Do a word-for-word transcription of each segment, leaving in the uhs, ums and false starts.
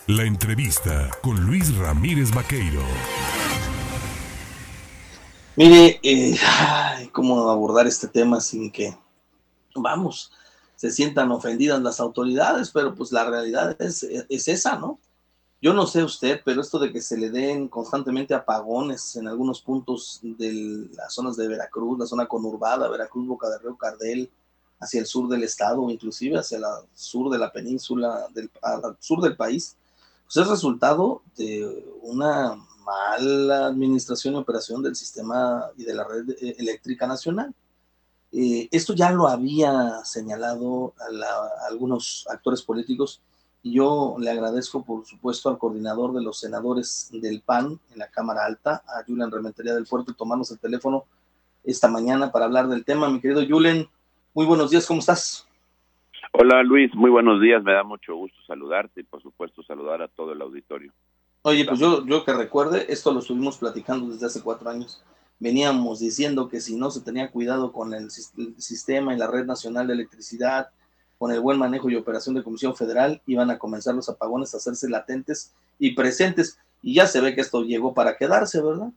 La entrevista con Luis Ramírez Vaqueiro. Mire, eh, ay, cómo abordar este tema sin que, vamos, se sientan ofendidas las autoridades, pero pues la realidad es, es esa, ¿no? Yo no sé usted, pero esto de que se le den constantemente apagones en algunos puntos de las zonas de Veracruz, la zona conurbada, Veracruz, Boca de Río, Cardel, hacia el sur del estado o inclusive hacia el sur de la península, del, al sur del país, pues es resultado de una mala administración y operación del sistema y de la red eléctrica nacional. Eh, esto ya lo había señalado a, la, a algunos actores políticos y yo le agradezco, por supuesto, al coordinador de los senadores del P A N en la Cámara Alta, a Julen Rementería del Puerto, tomarnos el teléfono esta mañana para hablar del tema. Mi querido Julen, muy buenos días, ¿cómo estás? Hola Luis, muy buenos días, me da mucho gusto saludarte y por supuesto saludar a todo el auditorio. Oye, pues yo, yo que recuerde, esto lo estuvimos platicando desde hace cuatro años. Veníamos diciendo que si no se tenía cuidado con el, el sistema y la red nacional de electricidad, con el buen manejo y operación de Comisión Federal, iban a comenzar los apagones a hacerse latentes y presentes. Y ya se ve que esto llegó para quedarse, ¿verdad?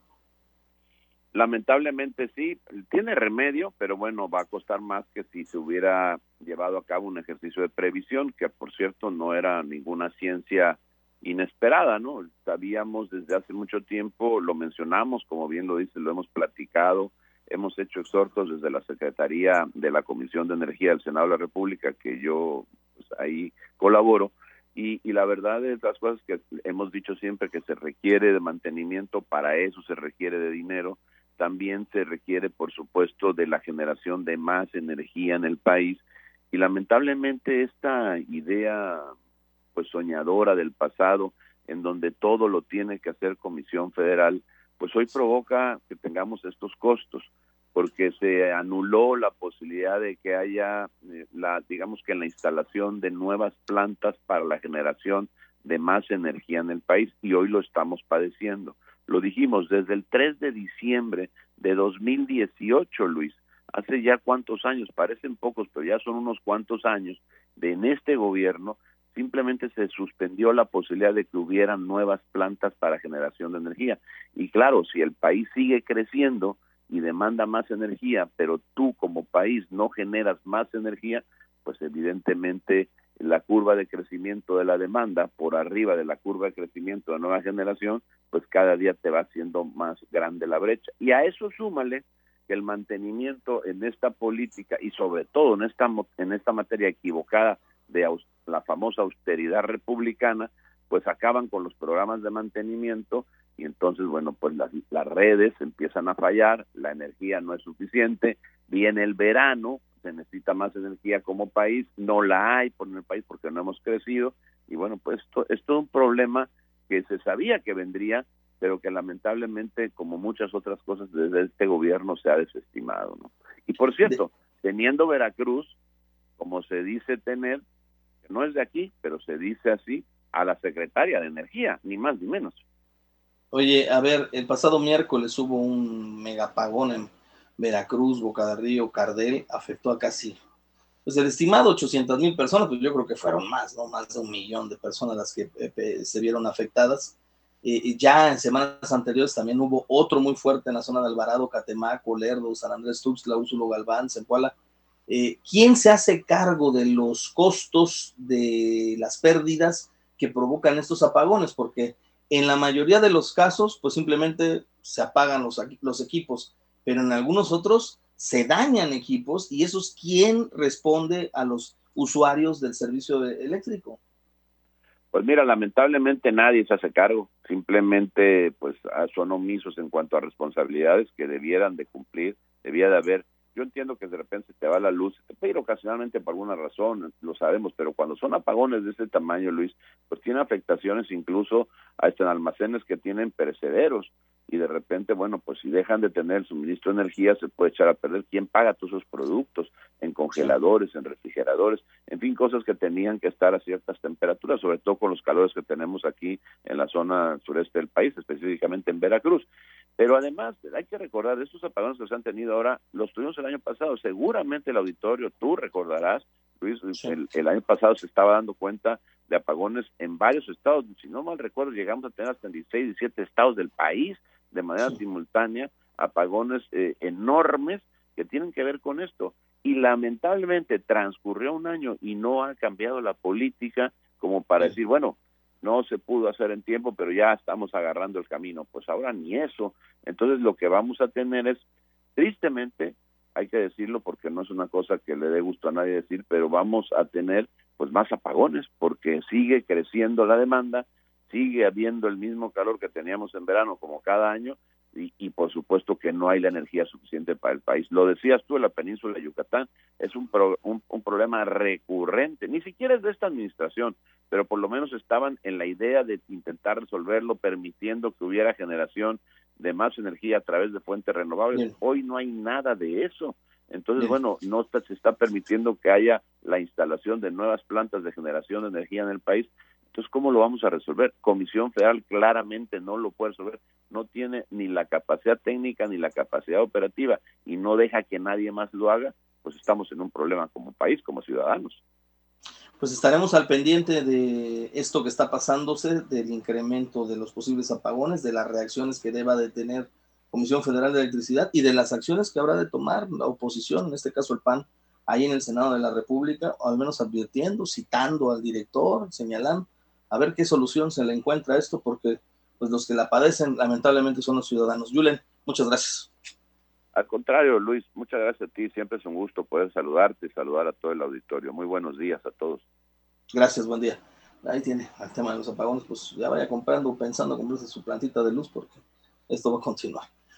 Lamentablemente sí, tiene remedio, pero bueno, va a costar más que si se hubiera llevado a cabo un ejercicio de previsión, que por cierto no era ninguna ciencia inesperada, ¿no? Sabíamos desde hace mucho tiempo, lo mencionamos, como bien lo dice, lo hemos platicado, hemos hecho exhortos desde la Secretaría de la Comisión de Energía del Senado de la República, que yo pues, ahí colaboro, y, y la verdad es las cosas que hemos dicho siempre, que se requiere de mantenimiento, para eso se requiere de dinero, también se requiere, por supuesto, de la generación de más energía en el país, y lamentablemente esta idea pues soñadora del pasado, en donde todo lo tiene que hacer Comisión Federal, pues hoy provoca que tengamos estos costos, porque se anuló la posibilidad de que haya, eh, la digamos que la instalación de nuevas plantas para la generación de más energía en el país, y hoy lo estamos padeciendo. Lo dijimos desde el tres de diciembre de dos mil dieciocho, Luis, hace ya cuántos años, parecen pocos, pero ya son unos cuantos años, de en este gobierno, simplemente se suspendió la posibilidad de que hubieran nuevas plantas para generación de energía. Y claro, si el país sigue creciendo y demanda más energía, pero tú como país no generas más energía, pues evidentemente la curva de crecimiento de la demanda por arriba de la curva de crecimiento de nueva generación, pues cada día te va haciendo más grande la brecha. Y a eso súmale que el mantenimiento en esta política y sobre todo en esta en esta materia equivocada de la famosa austeridad republicana, pues acaban con los programas de mantenimiento y entonces, bueno, pues las, las redes empiezan a fallar, la energía no es suficiente, viene el verano, se necesita más energía como país, no la hay por el país porque no hemos crecido, y bueno, pues esto es todo un problema que se sabía que vendría, pero que lamentablemente, como muchas otras cosas, desde este gobierno se ha desestimado, ¿no? Y por cierto, teniendo Veracruz, como se dice tener, que no es de aquí, pero se dice así, a la secretaria de Energía, ni más ni menos. Oye, a ver, el pasado miércoles hubo un megapagón en Veracruz, Boca de Río, Cardel, afectó a casi, pues el estimado ochocientas mil personas, pues yo creo que fueron más, ¿no? Más de un millón de personas las que eh, se vieron afectadas. Eh, ya en semanas anteriores también hubo otro muy fuerte en la zona de Alvarado, Catemaco, Lerdo, San Andrés Tuxtla, Úsulo, Galván, Zempoala. Eh, ¿Quién se hace cargo de los costos de las pérdidas que provocan estos apagones? Porque en la mayoría de los casos, pues simplemente se apagan los, los equipos, pero en algunos otros se dañan equipos y eso es quién responde a los usuarios del servicio eléctrico. Pues mira, lamentablemente nadie se hace cargo, simplemente pues son omisos en cuanto a responsabilidades que debieran de cumplir, debía de haber. Yo entiendo que de repente te va la luz, te puede ir ocasionalmente por alguna razón, lo sabemos, pero cuando son apagones de ese tamaño, Luis, pues tiene afectaciones incluso hasta en almacenes que tienen perecederos, y de repente, bueno, pues si dejan de tener suministro de energía, se puede echar a perder. ¿Quién paga todos esos productos? En congeladores, en refrigeradores, en fin, cosas que tenían que estar a ciertas temperaturas, sobre todo con los calores que tenemos aquí en la zona sureste del país, específicamente en Veracruz. Pero además, hay que recordar, de estos apagones que se han tenido ahora, los tuvimos el año pasado, seguramente el auditorio, tú recordarás, Luis, sí. el, el año pasado se estaba dando cuenta de apagones en varios estados. Si no mal recuerdo, llegamos a tener hasta en dieciséis, diecisiete estados del país de manera sí. simultánea, apagones eh, enormes que tienen que ver con esto. Y lamentablemente transcurrió un año y no ha cambiado la política como para sí. decir, bueno, no se pudo hacer en tiempo, pero ya estamos agarrando el camino. Pues ahora ni eso. Entonces lo que vamos a tener es, tristemente, hay que decirlo porque no es una cosa que le dé gusto a nadie decir, pero vamos a tener pues más apagones porque sigue creciendo la demanda, sigue habiendo el mismo calor que teníamos en verano como cada año y, y por supuesto que no hay la energía suficiente para el país. Lo decías tú, en la península de Yucatán es un, pro, un, un problema recurrente, ni siquiera es de esta administración, pero por lo menos estaban en la idea de intentar resolverlo permitiendo que hubiera generación de más energía a través de fuentes renovables. Bien. Hoy no hay nada de eso. Entonces, Bien. bueno, no está, se está permitiendo que haya la instalación de nuevas plantas de generación de energía en el país. Entonces, ¿cómo lo vamos a resolver? Comisión Federal claramente no lo puede resolver. No tiene ni la capacidad técnica ni la capacidad operativa y no deja que nadie más lo haga, pues estamos en un problema como país, como ciudadanos. Pues estaremos al pendiente de esto que está pasándose, del incremento de los posibles apagones, de las reacciones que deba de tener Comisión Federal de Electricidad y de las acciones que habrá de tomar la oposición, en este caso el P A N, ahí en el Senado de la República, o al menos advirtiendo, citando al director, señalando, a ver qué solución se le encuentra a esto, porque pues los que la padecen lamentablemente son los ciudadanos. Yulen, muchas gracias. Al contrario, Luis, muchas gracias a ti. Siempre es un gusto poder saludarte y saludar a todo el auditorio. Muy buenos días a todos. Gracias, buen día. Ahí tiene el tema de los apagones, pues ya vaya comprando, pensando comprarse su plantita de luz porque esto va a continuar.